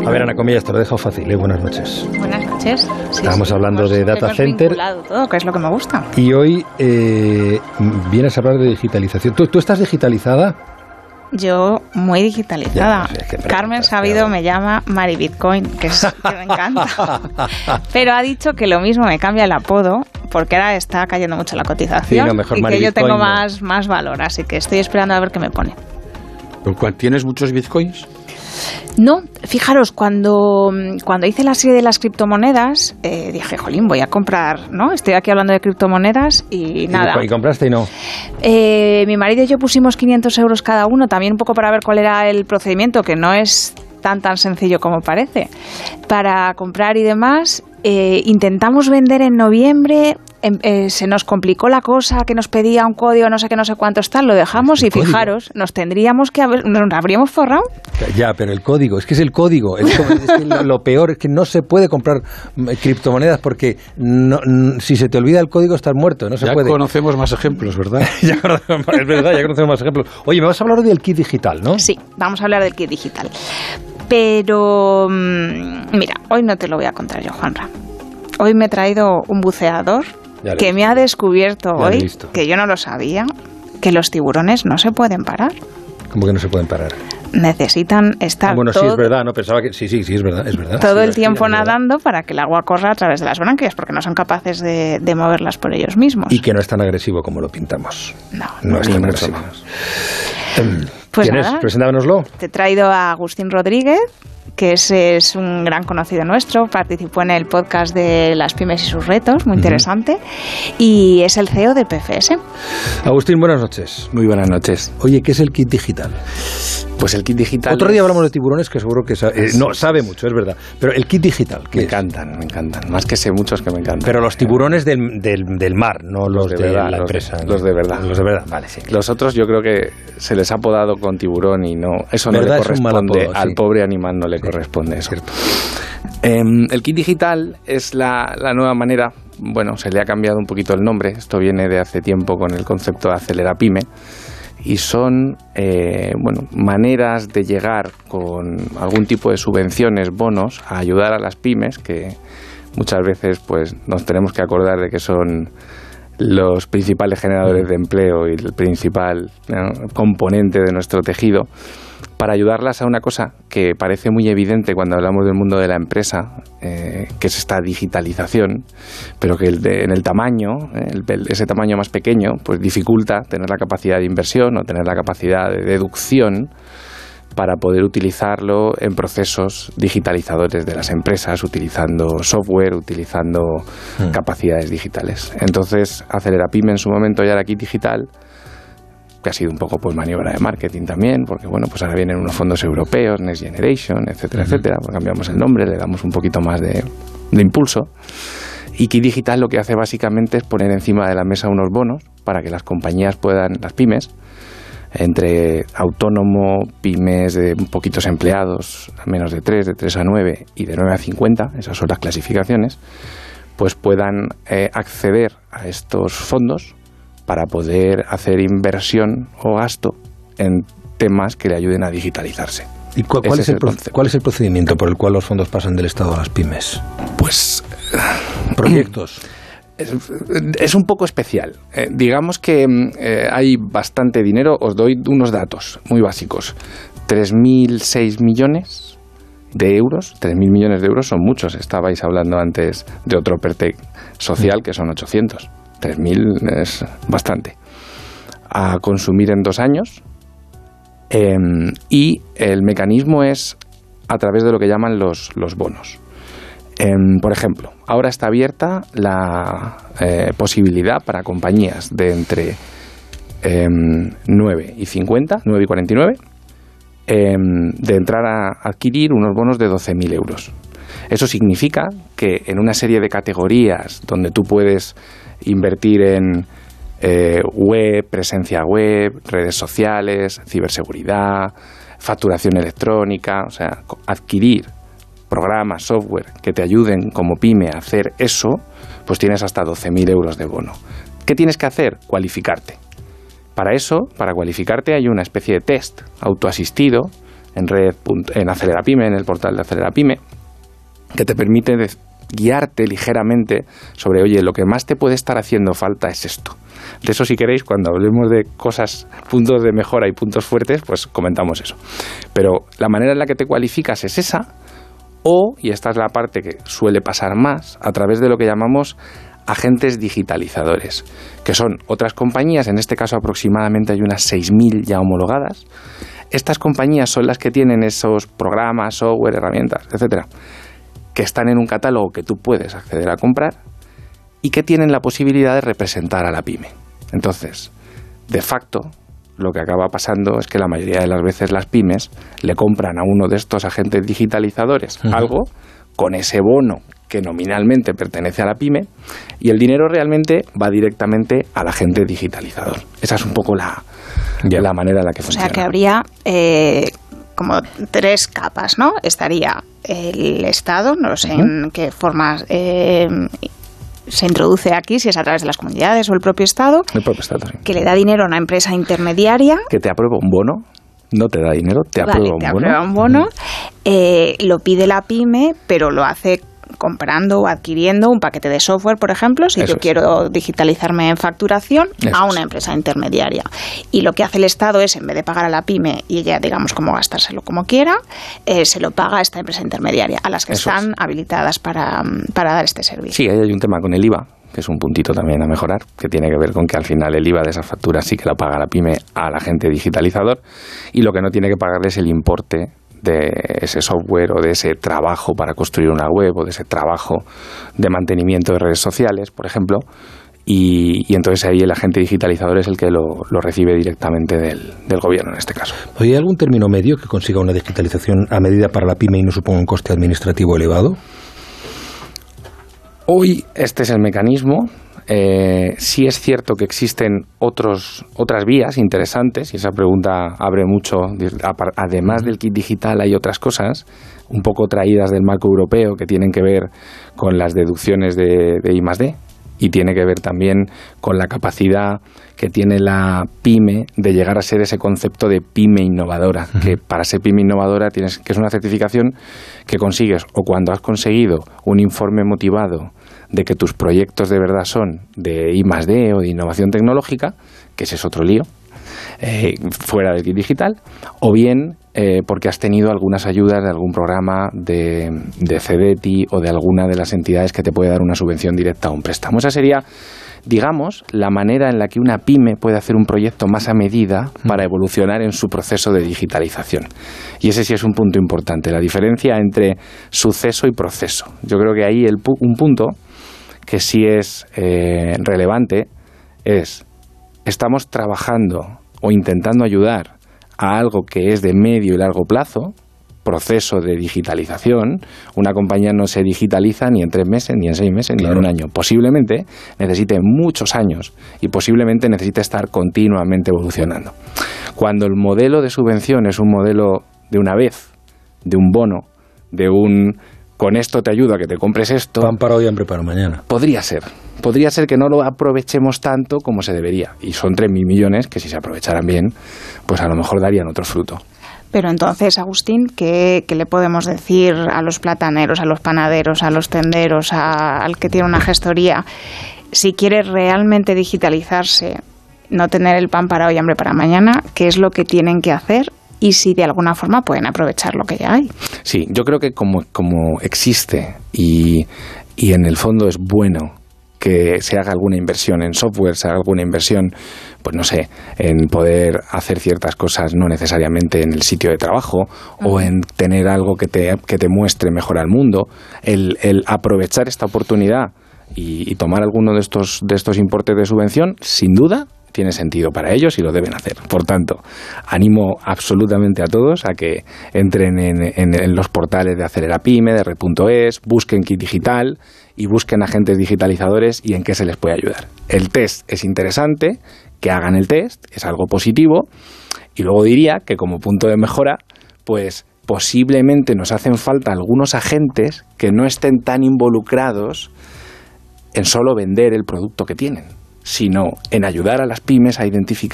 A ver, Ana Comillas, te lo he dejado fácil, ¿eh? Buenas noches. Buenas noches. Sí, Estábamos hablando de data center. Todo, que es lo que me gusta. Y hoy vienes a hablar de digitalización. ¿Tú estás digitalizada? Yo muy digitalizada. Ya, no sé, Carmen Sabido me llama Mari Bitcoin, que me encanta. Pero ha dicho que lo mismo me cambia el apodo, porque ahora está cayendo mucho la cotización. Sí, no, mejor y Mari que yo Bitcoin, tengo no. más valor, así que estoy esperando a ver qué me pone. ¿Tienes muchos bitcoins? No, fijaros, cuando hice la serie de las criptomonedas, dije, jolín, voy a comprar, ¿no? Estoy aquí hablando de criptomonedas y nada. ¿Y compraste y no? Mi marido y yo pusimos 500 euros cada uno, también un poco para ver cuál era el procedimiento, que no es tan sencillo como parece, para comprar y demás. Intentamos vender en noviembre, se nos complicó la cosa, que nos pedía un código, no sé qué, no sé cuántos tal, lo dejamos y fijaros, nos habríamos forrado. Ya, pero el código, es que es el código. Es que lo peor es que no se puede comprar criptomonedas porque si se te olvida el código estás muerto, no se puede. Ya conocemos más ejemplos, ¿verdad? Es verdad, ya conocemos más ejemplos. Oye, me vas a hablar hoy del kit digital, ¿no? Sí, vamos a hablar del kit digital. Pero, mira, hoy no te lo voy a contar yo, Juanra. Hoy me he traído un buceador que me ha descubierto hoy, que yo no lo sabía, que los tiburones no se pueden parar. ¿Cómo que no se pueden parar? Necesitan estar sí, es verdad, no pensaba que... Sí, es verdad. Todo el tiempo nadando para que el agua corra a través de las branquias, porque no son capaces de moverlas por ellos mismos. Y que no es tan agresivo como lo pintamos. No es tan agresivo. Pues ¿Quién es? Presentámonoslo. Te he traído a Agustín Rodríguez, que es un gran conocido nuestro, participó en el podcast de las pymes y sus retos, muy interesante, y es el CEO de PFS. Agustín, buenas noches. Muy buenas noches. Oye, ¿qué es el kit digital? Pues el kit digital... Otro día hablamos de tiburones, que seguro que sabe mucho, es verdad. Pero el kit digital, ¿qué es? Me encantan. Más que sé muchos que me encantan. Pero los tiburones del mar, no los de verdad, la empresa. Los de verdad. Los de verdad, vale, sí. Los otros yo creo que se les ha apodado con tiburón y no... Eso no le corresponde. Apodo, al pobre animal no le corresponde eso. Cierto. El kit digital es la nueva manera... Bueno, se le ha cambiado un poquito el nombre. Esto viene de hace tiempo con el concepto de Acelera-Pyme. Y son maneras de llegar con algún tipo de subvenciones, bonos, a ayudar a las pymes, que muchas veces pues nos tenemos que acordar de que son los principales generadores de empleo y el principal componente de nuestro tejido, para ayudarlas a una cosa que parece muy evidente cuando hablamos del mundo de la empresa, que es esta digitalización, pero que en el tamaño, ese tamaño más pequeño, pues dificulta tener la capacidad de inversión o tener la capacidad de deducción para poder utilizarlo en procesos digitalizadores de las empresas, utilizando software, utilizando capacidades digitales. Entonces, Acelera-Pyme en su momento ya era kit digital, que ha sido un poco pues maniobra de marketing también, porque bueno, pues ahora vienen unos fondos europeos, Next Generation, etcétera, etcétera, pues cambiamos el nombre, le damos un poquito más de impulso. Y Kit Digital lo que hace básicamente es poner encima de la mesa unos bonos para que las compañías puedan, las pymes, entre autónomo, pymes de poquitos empleados, a menos de 3 a 9 y de 9 a 50, esas son las clasificaciones, pues puedan acceder a estos fondos para poder hacer inversión o gasto en temas que le ayuden a digitalizarse. ¿Y cuál es el procedimiento por el cual los fondos pasan del Estado a las pymes? Pues... ¿Proyectos? Es un poco especial. Digamos que hay bastante dinero. Os doy unos datos muy básicos. 3.006 millones de euros. 3.000 millones de euros son muchos. Estabais hablando antes de otro PERTE social que son 800. 3.000 es bastante. A consumir en 2 años. Y el mecanismo es a través de lo que llaman los bonos. Por ejemplo, ahora está abierta la posibilidad para compañías de entre 9 y 50, 9 y 49, de entrar a adquirir unos bonos de 12.000 euros. Eso significa que en una serie de categorías donde tú puedes invertir en web, presencia web, redes sociales, ciberseguridad, facturación electrónica, o sea, adquirir programas, software que te ayuden como pyme a hacer eso, pues tienes hasta 12.000 euros de bono. ¿Qué tienes que hacer? Cualificarte. Para eso, para cualificarte, hay una especie de test autoasistido en Acelerapyme, en el portal de Acelerapyme, que te permite guiarte ligeramente sobre, oye, lo que más te puede estar haciendo falta es esto. De eso, si queréis, cuando hablemos de cosas, puntos de mejora y puntos fuertes, pues comentamos eso. Pero la manera en la que te cualificas es esa, o, y esta es la parte que suele pasar más, a través de lo que llamamos agentes digitalizadores, que son otras compañías, en este caso aproximadamente hay unas 6.000 ya homologadas. Estas compañías son las que tienen esos programas, software, herramientas, etcétera, que están en un catálogo que tú puedes acceder a comprar y que tienen la posibilidad de representar a la pyme. Entonces, de facto, lo que acaba pasando es que la mayoría de las veces las pymes le compran a uno de estos agentes digitalizadores algo con ese bono que nominalmente pertenece a la pyme, y el dinero realmente va directamente al agente digitalizador. Esa es un poco la manera en la que funciona. O sea, que habría como 3 capas, ¿no? Estaría el Estado, no sé en qué forma se introduce aquí, si es a través de las comunidades o el propio Estado, sí, que le da dinero a una empresa intermediaria. Que te aprueba un bono. No te da dinero, te aprueba un bono. Lo pide la pyme, pero lo hace comprando o adquiriendo un paquete de software, por ejemplo, si yo quiero digitalizarme en facturación, a una empresa intermediaria. Y lo que hace el Estado es, en vez de pagar a la pyme y ella, digamos, como gastárselo como quiera, se lo paga a esta empresa intermediaria, a las que están habilitadas para dar este servicio. Sí, ahí hay un tema con el IVA, que es un puntito también a mejorar, que tiene que ver con que al final el IVA de esas facturas sí que la paga la pyme al agente digitalizador, y lo que no tiene que pagarle es el importe de ese software o de ese trabajo para construir una web o de ese trabajo de mantenimiento de redes sociales, por ejemplo, y entonces ahí el agente digitalizador es el que lo recibe directamente del gobierno en este caso. ¿Hay algún término medio que consiga una digitalización a medida para la pyme y no suponga un coste administrativo elevado? Hoy este es el mecanismo. Sí es cierto que existen otras vías interesantes, y esa pregunta abre mucho. Además del kit digital hay otras cosas un poco traídas del marco europeo que tienen que ver con las deducciones de I+D, y tiene que ver también con la capacidad que tiene la pyme de llegar a ser ese concepto de pyme innovadora, que para ser pyme innovadora que es una certificación que consigues o cuando has conseguido un informe motivado de que tus proyectos de verdad son de I+D o de innovación tecnológica, que ese es otro lío, fuera del kit digital, o bien porque has tenido algunas ayudas de algún programa de CEDETI o de alguna de las entidades que te puede dar una subvención directa o un préstamo. Esa sería, digamos, la manera en la que una pyme puede hacer un proyecto más a medida para evolucionar en su proceso de digitalización. Y ese sí es un punto importante, la diferencia entre suceso y proceso. Yo creo que ahí un punto que sí es relevante es, estamos trabajando o intentando ayudar a algo que es de medio y largo plazo, proceso de digitalización. Una compañía no se digitaliza ni en 3 meses, ni en 6 meses, ni en un año. Posiblemente necesite muchos años y posiblemente necesite estar continuamente evolucionando. Cuando el modelo de subvención es un modelo de una vez, de un bono, de un con esto te ayudo a que te compres esto. Pan para hoy, hambre para mañana. Podría ser que no lo aprovechemos tanto como se debería. Y son 3.000 millones que si se aprovecharan bien, pues a lo mejor darían otro fruto. Pero entonces, Agustín, ¿qué le podemos decir a los plataneros, a los panaderos, a los tenderos, al que tiene una gestoría? Si quiere realmente digitalizarse, no tener el pan para hoy, hambre para mañana, ¿qué es lo que tienen que hacer? Y si de alguna forma pueden aprovechar lo que ya hay. Sí, yo creo que como existe y en el fondo es bueno que se haga alguna inversión en software, se haga alguna inversión, pues no sé, en poder hacer ciertas cosas, no necesariamente en el sitio de trabajo, o en tener algo que te muestre mejor al mundo, el aprovechar esta oportunidad y tomar alguno de estos importes de subvención, sin duda, tiene sentido para ellos y lo deben hacer. Por tanto, animo absolutamente a todos a que entren en los portales de Acelerapyme, de Re.es, busquen kit digital y busquen agentes digitalizadores y en qué se les puede ayudar. El test es interesante, que hagan el test, es algo positivo, y luego diría que como punto de mejora, pues posiblemente nos hacen falta algunos agentes que no estén tan involucrados en solo vender el producto que tienen, sino en ayudar a las pymes a identificar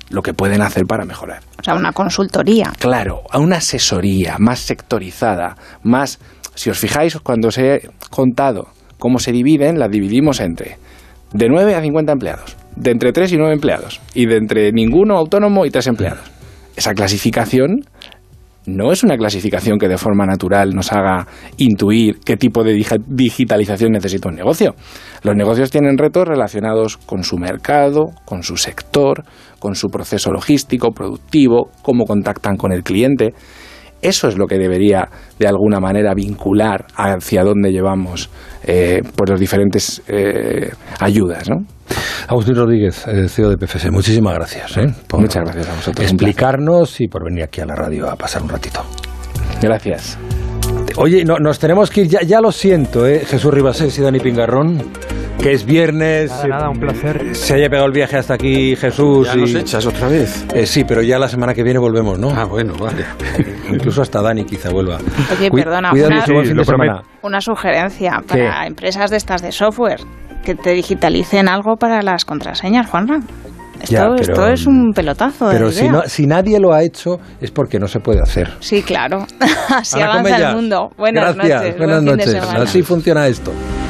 lo que pueden hacer para mejorar. O sea, una consultoría. Claro, a una asesoría más sectorizada, más... Si os fijáis, cuando os he contado cómo se dividen, las dividimos entre de 9 a 50 empleados, de entre 3 y 9 empleados, y de entre ninguno autónomo y 3 empleados. Esa clasificación no es una clasificación que de forma natural nos haga intuir qué tipo de digitalización necesita un negocio. Los negocios tienen retos relacionados con su mercado, con su sector, con su proceso logístico, productivo, cómo contactan con el cliente. Eso es lo que debería, de alguna manera, vincular hacia dónde llevamos por las diferentes ayudas, ¿no? Agustín Rodríguez, CEO de PFS, muchísimas gracias. Muchas gracias a vosotros. Explicarnos y por venir aquí a la radio a pasar un ratito. Gracias. Oye, nos tenemos que ir, ya lo siento, Jesús Ribasés y Dani Pingarrón, que es viernes. Nada, un placer. Se haya pegado el viaje hasta aquí, Jesús. ¿Ya nos echas otra vez? Sí, pero ya la semana que viene volvemos, ¿no? Ah, bueno, vale. Incluso hasta Dani quizá vuelva. Oye, perdona, una sugerencia para empresas de estas de software, que te digitalicen algo para las contraseñas, Juanra. Esto es un pelotazo de idea. Pero si nadie lo ha hecho es porque no se puede hacer. Sí, claro. Así avanza el mundo. Buenas noches. Así funciona esto.